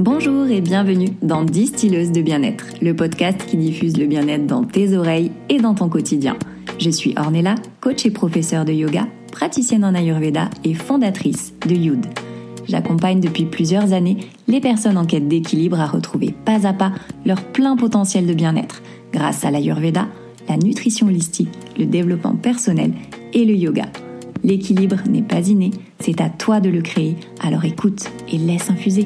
Bonjour et bienvenue dans Distilleuse de bien-être, le podcast qui diffuse le bien-être dans tes oreilles et dans ton quotidien. Je suis Ornella, coach et professeure de yoga, praticienne en Ayurveda et fondatrice de Youd. J'accompagne depuis plusieurs années les personnes en quête d'équilibre à retrouver pas à pas leur plein potentiel de bien-être grâce à l'Ayurveda, la nutrition holistique, le développement personnel et le yoga. L'équilibre n'est pas inné, c'est à toi de le créer, alors écoute et laisse infuser.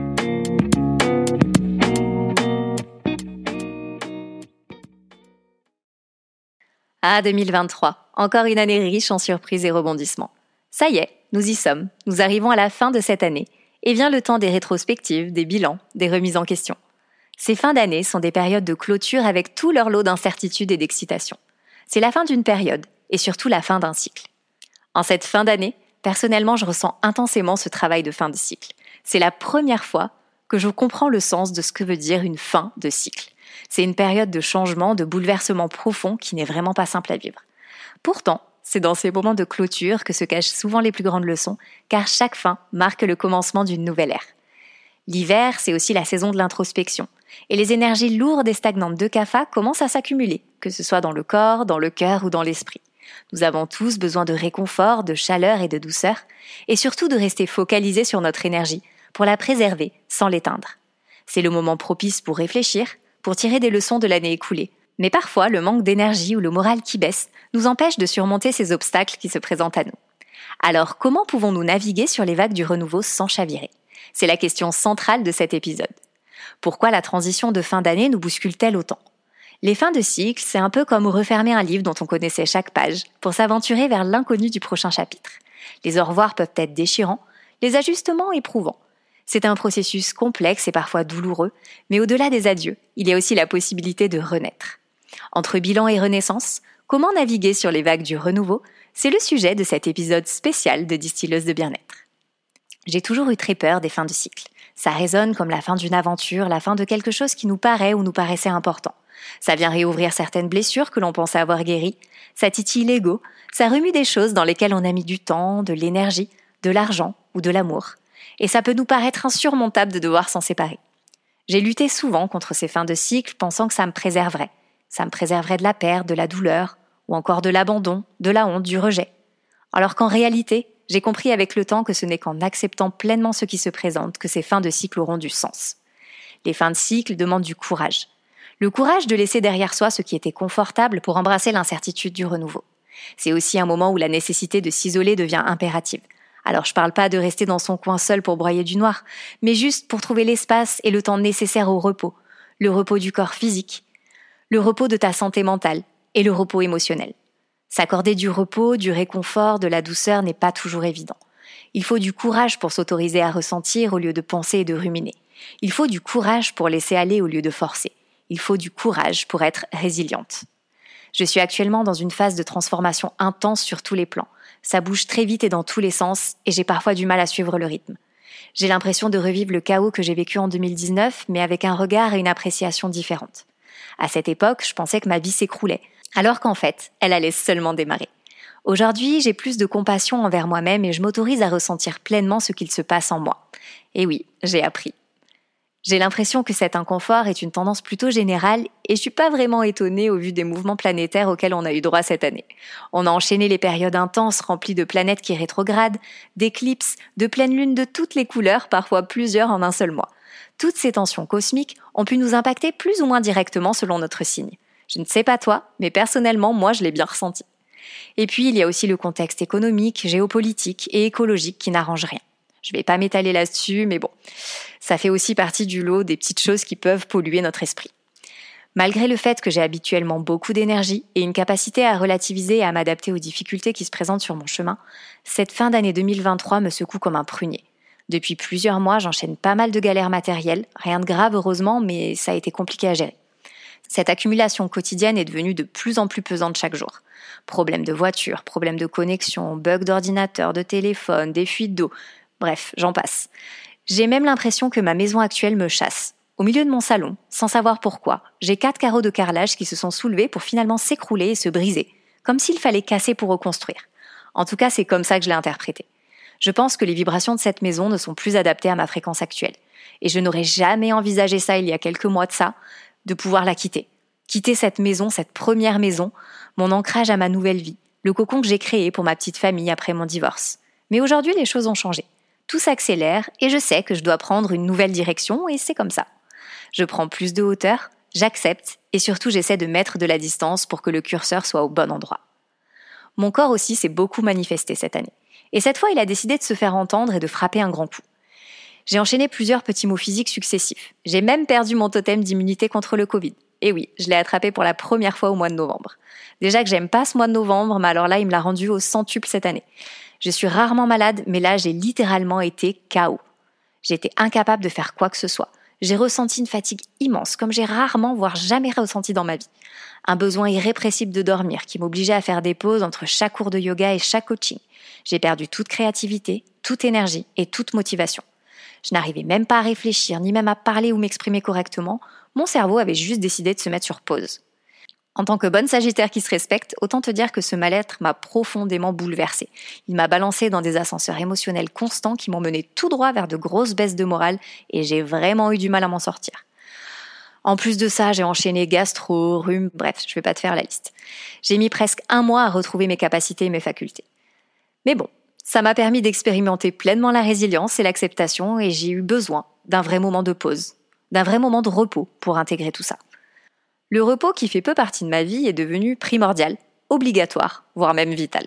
Ah, 2023, encore une année riche en surprises et rebondissements. Ça y est, nous y sommes, nous arrivons à la fin de cette année, et vient le temps des rétrospectives, des bilans, des remises en question. Ces fins d'année sont des périodes de clôture avec tout leur lot d'incertitudes et d'excitation. C'est la fin d'une période, et surtout la fin d'un cycle. En cette fin d'année, personnellement, je ressens intensément ce travail de fin de cycle. C'est la première fois que je comprends le sens de ce que veut dire une fin de cycle. C'est une période de changement, de bouleversement profond qui n'est vraiment pas simple à vivre. Pourtant, c'est dans ces moments de clôture que se cachent souvent les plus grandes leçons, car chaque fin marque le commencement d'une nouvelle ère. L'hiver, c'est aussi la saison de l'introspection, et les énergies lourdes et stagnantes de Kapha commencent à s'accumuler, que ce soit dans le corps, dans le cœur ou dans l'esprit. Nous avons tous besoin de réconfort, de chaleur et de douceur, et surtout de rester focalisés sur notre énergie pour la préserver sans l'éteindre. C'est le moment propice pour réfléchir, pour tirer des leçons de l'année écoulée. Mais parfois, le manque d'énergie ou le moral qui baisse nous empêche de surmonter ces obstacles qui se présentent à nous. Alors, comment pouvons-nous naviguer sur les vagues du renouveau sans chavirer ? C'est la question centrale de cet épisode. Pourquoi la transition de fin d'année nous bouscule-t-elle autant ? Les fins de cycle, c'est un peu comme refermer un livre dont on connaissait chaque page pour s'aventurer vers l'inconnu du prochain chapitre. Les au revoir peuvent être déchirants, les ajustements éprouvants. C'est un processus complexe et parfois douloureux, mais au-delà des adieux, il y a aussi la possibilité de renaître. Entre bilan et renaissance, comment naviguer sur les vagues du renouveau ? C'est le sujet de cet épisode spécial de Distilleuse de bien-être. J'ai toujours eu très peur des fins de cycle. Ça résonne comme la fin d'une aventure, la fin de quelque chose qui nous paraît ou nous paraissait important. Ça vient réouvrir certaines blessures que l'on pensait avoir guéries. Ça titille l'ego. Ça remue des choses dans lesquelles on a mis du temps, de l'énergie, de l'argent ou de l'amour. Et ça peut nous paraître insurmontable de devoir s'en séparer. J'ai lutté souvent contre ces fins de cycle, pensant que ça me préserverait. Ça me préserverait de la perte, de la douleur, ou encore de l'abandon, de la honte, du rejet. Alors qu'en réalité, j'ai compris avec le temps que ce n'est qu'en acceptant pleinement ce qui se présente que ces fins de cycle auront du sens. Les fins de cycle demandent du courage. Le courage de laisser derrière soi ce qui était confortable pour embrasser l'incertitude du renouveau. C'est aussi un moment où la nécessité de s'isoler devient impérative. Alors je parle pas de rester dans son coin seul pour broyer du noir, mais juste pour trouver l'espace et le temps nécessaire au repos. Le repos du corps physique, le repos de ta santé mentale et le repos émotionnel. S'accorder du repos, du réconfort, de la douceur n'est pas toujours évident. Il faut du courage pour s'autoriser à ressentir au lieu de penser et de ruminer. Il faut du courage pour laisser aller au lieu de forcer. Il faut du courage pour être résiliente. Je suis actuellement dans une phase de transformation intense sur tous les plans. Ça bouge très vite et dans tous les sens, et j'ai parfois du mal à suivre le rythme. J'ai l'impression de revivre le chaos que j'ai vécu en 2019, mais avec un regard et une appréciation différentes. À cette époque, je pensais que ma vie s'écroulait, alors qu'en fait, elle allait seulement démarrer. Aujourd'hui, j'ai plus de compassion envers moi-même et je m'autorise à ressentir pleinement ce qu'il se passe en moi. Et oui, j'ai appris. J'ai l'impression que cet inconfort est une tendance plutôt générale et je suis pas vraiment étonnée au vu des mouvements planétaires auxquels on a eu droit cette année. On a enchaîné les périodes intenses remplies de planètes qui rétrogradent, d'éclipses, de pleines lunes de toutes les couleurs, parfois plusieurs en un seul mois. Toutes ces tensions cosmiques ont pu nous impacter plus ou moins directement selon notre signe. Je ne sais pas toi, mais personnellement, moi je l'ai bien ressenti. Et puis il y a aussi le contexte économique, géopolitique et écologique qui n'arrange rien. Je vais pas m'étaler là-dessus, mais bon, ça fait aussi partie du lot des petites choses qui peuvent polluer notre esprit. Malgré le fait que j'ai habituellement beaucoup d'énergie et une capacité à relativiser et à m'adapter aux difficultés qui se présentent sur mon chemin, cette fin d'année 2023 me secoue comme un prunier. Depuis plusieurs mois, j'enchaîne pas mal de galères matérielles, rien de grave heureusement, mais ça a été compliqué à gérer. Cette accumulation quotidienne est devenue de plus en plus pesante chaque jour. Problèmes de voiture, problèmes de connexion, bugs d'ordinateur, de téléphone, des fuites d'eau, bref, j'en passe. J'ai même l'impression que ma maison actuelle me chasse. Au milieu de mon salon, sans savoir pourquoi, j'ai 4 carreaux de carrelage qui se sont soulevés pour finalement s'écrouler et se briser, comme s'il fallait casser pour reconstruire. En tout cas, c'est comme ça que je l'ai interprété. Je pense que les vibrations de cette maison ne sont plus adaptées à ma fréquence actuelle. Et je n'aurais jamais envisagé ça il y a quelques mois de ça, de pouvoir la quitter. Quitter cette maison, cette première maison, mon ancrage à ma nouvelle vie, le cocon que j'ai créé pour ma petite famille après mon divorce. Mais aujourd'hui, les choses ont changé. Tout s'accélère et je sais que je dois prendre une nouvelle direction et c'est comme ça. Je prends plus de hauteur, j'accepte et surtout j'essaie de mettre de la distance pour que le curseur soit au bon endroit. Mon corps aussi s'est beaucoup manifesté cette année. Et cette fois, il a décidé de se faire entendre et de frapper un grand coup. J'ai enchaîné plusieurs petits maux physiques successifs. J'ai même perdu mon totem d'immunité contre le Covid. Et oui, je l'ai attrapé pour la première fois au mois de novembre. Déjà que j'aime pas ce mois de novembre, mais alors là, il me l'a rendu au centuple cette année. Je suis rarement malade, mais là, j'ai littéralement été KO. J'étais incapable de faire quoi que ce soit. J'ai ressenti une fatigue immense, comme j'ai rarement, voire jamais ressenti dans ma vie. Un besoin irrépressible de dormir qui m'obligeait à faire des pauses entre chaque cours de yoga et chaque coaching. J'ai perdu toute créativité, toute énergie et toute motivation. Je n'arrivais même pas à réfléchir, ni même à parler ou m'exprimer correctement. Mon cerveau avait juste décidé de se mettre sur pause. En tant que bonne Sagittaire qui se respecte, autant te dire que ce mal-être m'a profondément bouleversée. Il m'a balancé dans des ascenseurs émotionnels constants qui m'ont mené tout droit vers de grosses baisses de morale et j'ai vraiment eu du mal à m'en sortir. En plus de ça, j'ai enchaîné gastro, rhume, bref, je vais pas te faire la liste. J'ai mis presque 1 mois à retrouver mes capacités et mes facultés. Mais bon, ça m'a permis d'expérimenter pleinement la résilience et l'acceptation et j'ai eu besoin d'un vrai moment de pause, d'un vrai moment de repos pour intégrer tout ça. Le repos qui fait peu partie de ma vie est devenu primordial, obligatoire, voire même vital.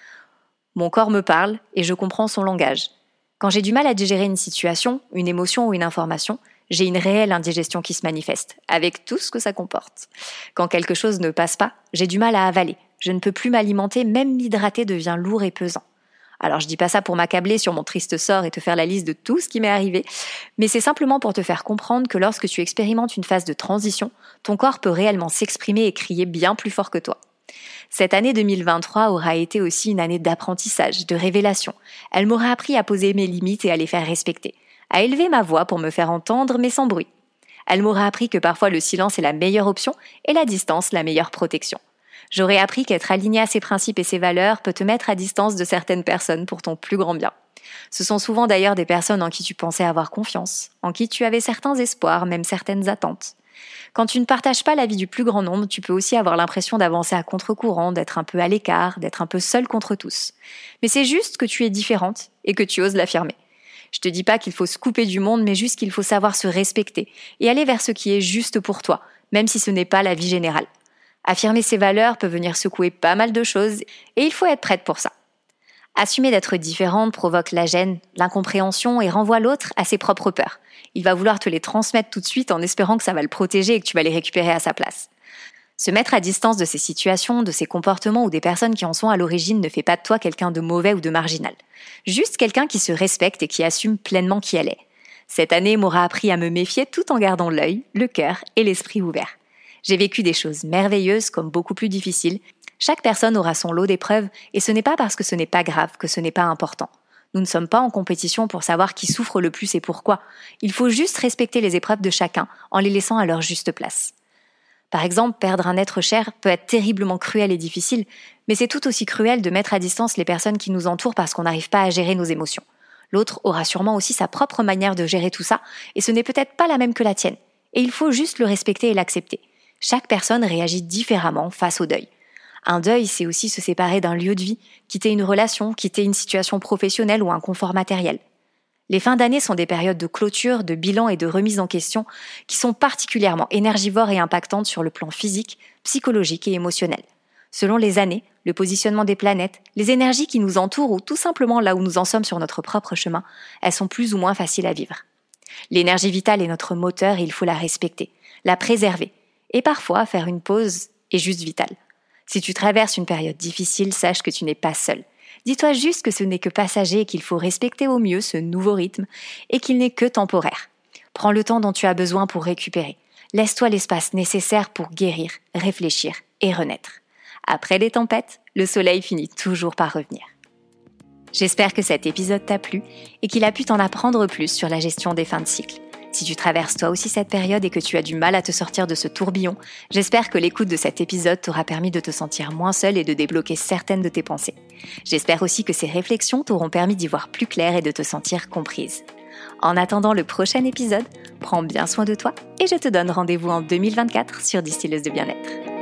Mon corps me parle et je comprends son langage. Quand j'ai du mal à digérer une situation, une émotion ou une information, j'ai une réelle indigestion qui se manifeste, avec tout ce que ça comporte. Quand quelque chose ne passe pas, j'ai du mal à avaler. Je ne peux plus m'alimenter, même m'hydrater devient lourd et pesant. Alors je dis pas ça pour m'accabler sur mon triste sort et te faire la liste de tout ce qui m'est arrivé, mais c'est simplement pour te faire comprendre que lorsque tu expérimentes une phase de transition, ton corps peut réellement s'exprimer et crier bien plus fort que toi. Cette année 2023 aura été aussi une année d'apprentissage, de révélation. Elle m'aura appris à poser mes limites et à les faire respecter, à élever ma voix pour me faire entendre mais sans bruit. Elle m'aura appris que parfois le silence est la meilleure option et la distance la meilleure protection. J'aurais appris qu'être aligné à ses principes et ses valeurs peut te mettre à distance de certaines personnes pour ton plus grand bien. Ce sont souvent d'ailleurs des personnes en qui tu pensais avoir confiance, en qui tu avais certains espoirs, même certaines attentes. Quand tu ne partages pas la vie du plus grand nombre, tu peux aussi avoir l'impression d'avancer à contre-courant, d'être un peu à l'écart, d'être un peu seul contre tous. Mais c'est juste que tu es différente et que tu oses l'affirmer. Je te dis pas qu'il faut se couper du monde, mais juste qu'il faut savoir se respecter et aller vers ce qui est juste pour toi, même si ce n'est pas la vie générale. Affirmer ses valeurs peut venir secouer pas mal de choses et il faut être prête pour ça. Assumer d'être différente provoque la gêne, l'incompréhension et renvoie l'autre à ses propres peurs. Il va vouloir te les transmettre tout de suite en espérant que ça va le protéger et que tu vas les récupérer à sa place. Se mettre à distance de ces situations, de ces comportements ou des personnes qui en sont à l'origine ne fait pas de toi quelqu'un de mauvais ou de marginal. Juste quelqu'un qui se respecte et qui assume pleinement qui elle est. Cette année m'aura appris à me méfier tout en gardant l'œil, le cœur et l'esprit ouverts. J'ai vécu des choses merveilleuses comme beaucoup plus difficiles. Chaque personne aura son lot d'épreuves et ce n'est pas parce que ce n'est pas grave que ce n'est pas important. Nous ne sommes pas en compétition pour savoir qui souffre le plus et pourquoi. Il faut juste respecter les épreuves de chacun en les laissant à leur juste place. Par exemple, perdre un être cher peut être terriblement cruel et difficile, mais c'est tout aussi cruel de mettre à distance les personnes qui nous entourent parce qu'on n'arrive pas à gérer nos émotions. L'autre aura sûrement aussi sa propre manière de gérer tout ça et ce n'est peut-être pas la même que la tienne. Et il faut juste le respecter et l'accepter. Chaque personne réagit différemment face au deuil. Un deuil, c'est aussi se séparer d'un lieu de vie, quitter une relation, quitter une situation professionnelle ou un confort matériel. Les fins d'année sont des périodes de clôture, de bilan et de remise en question qui sont particulièrement énergivores et impactantes sur le plan physique, psychologique et émotionnel. Selon les années, le positionnement des planètes, les énergies qui nous entourent ou tout simplement là où nous en sommes sur notre propre chemin, elles sont plus ou moins faciles à vivre. L'énergie vitale est notre moteur et il faut la respecter, la préserver. Et parfois, faire une pause est juste vital. Si tu traverses une période difficile, sache que tu n'es pas seul. Dis-toi juste que ce n'est que passager et qu'il faut respecter au mieux ce nouveau rythme et qu'il n'est que temporaire. Prends le temps dont tu as besoin pour récupérer. Laisse-toi l'espace nécessaire pour guérir, réfléchir et renaître. Après les tempêtes, le soleil finit toujours par revenir. J'espère que cet épisode t'a plu et qu'il a pu t'en apprendre plus sur la gestion des fins de cycle. Si tu traverses toi aussi cette période et que tu as du mal à te sortir de ce tourbillon, j'espère que l'écoute de cet épisode t'aura permis de te sentir moins seul et de débloquer certaines de tes pensées. J'espère aussi que ces réflexions t'auront permis d'y voir plus clair et de te sentir comprise. En attendant le prochain épisode, prends bien soin de toi et je te donne rendez-vous en 2024 sur Distilleuse de bien-être.